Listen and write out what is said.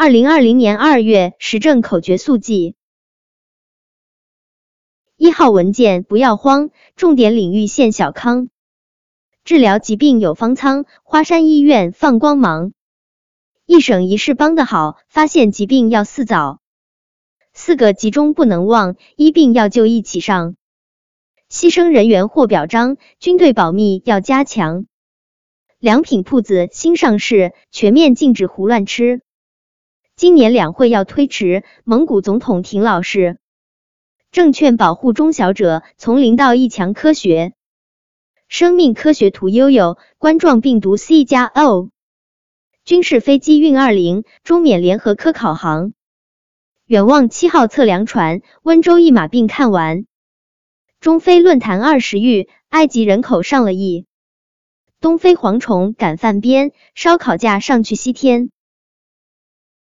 2020年2月时政口诀速记。1号文件不要慌，重点领域现小康。治疗疾病有方舱，花山医院放光芒。一省一市帮得好，发现疾病要4早。4个集中不能忘，医病要就一起上。牺牲人员或表彰，军队保密要加强。良品铺子新上市，全面禁止胡乱吃。今年两会要推迟，蒙古总统挺老实。证券保护中小者，从零到一强科学。生命科学图悠悠，冠状病毒 C+O。军事飞机运20，中缅联合科考航。远望7号测量船，温州一马并看完。中非论坛20遇，埃及人口上了亿。东非蝗虫敢犯边，烧烤架上去西天。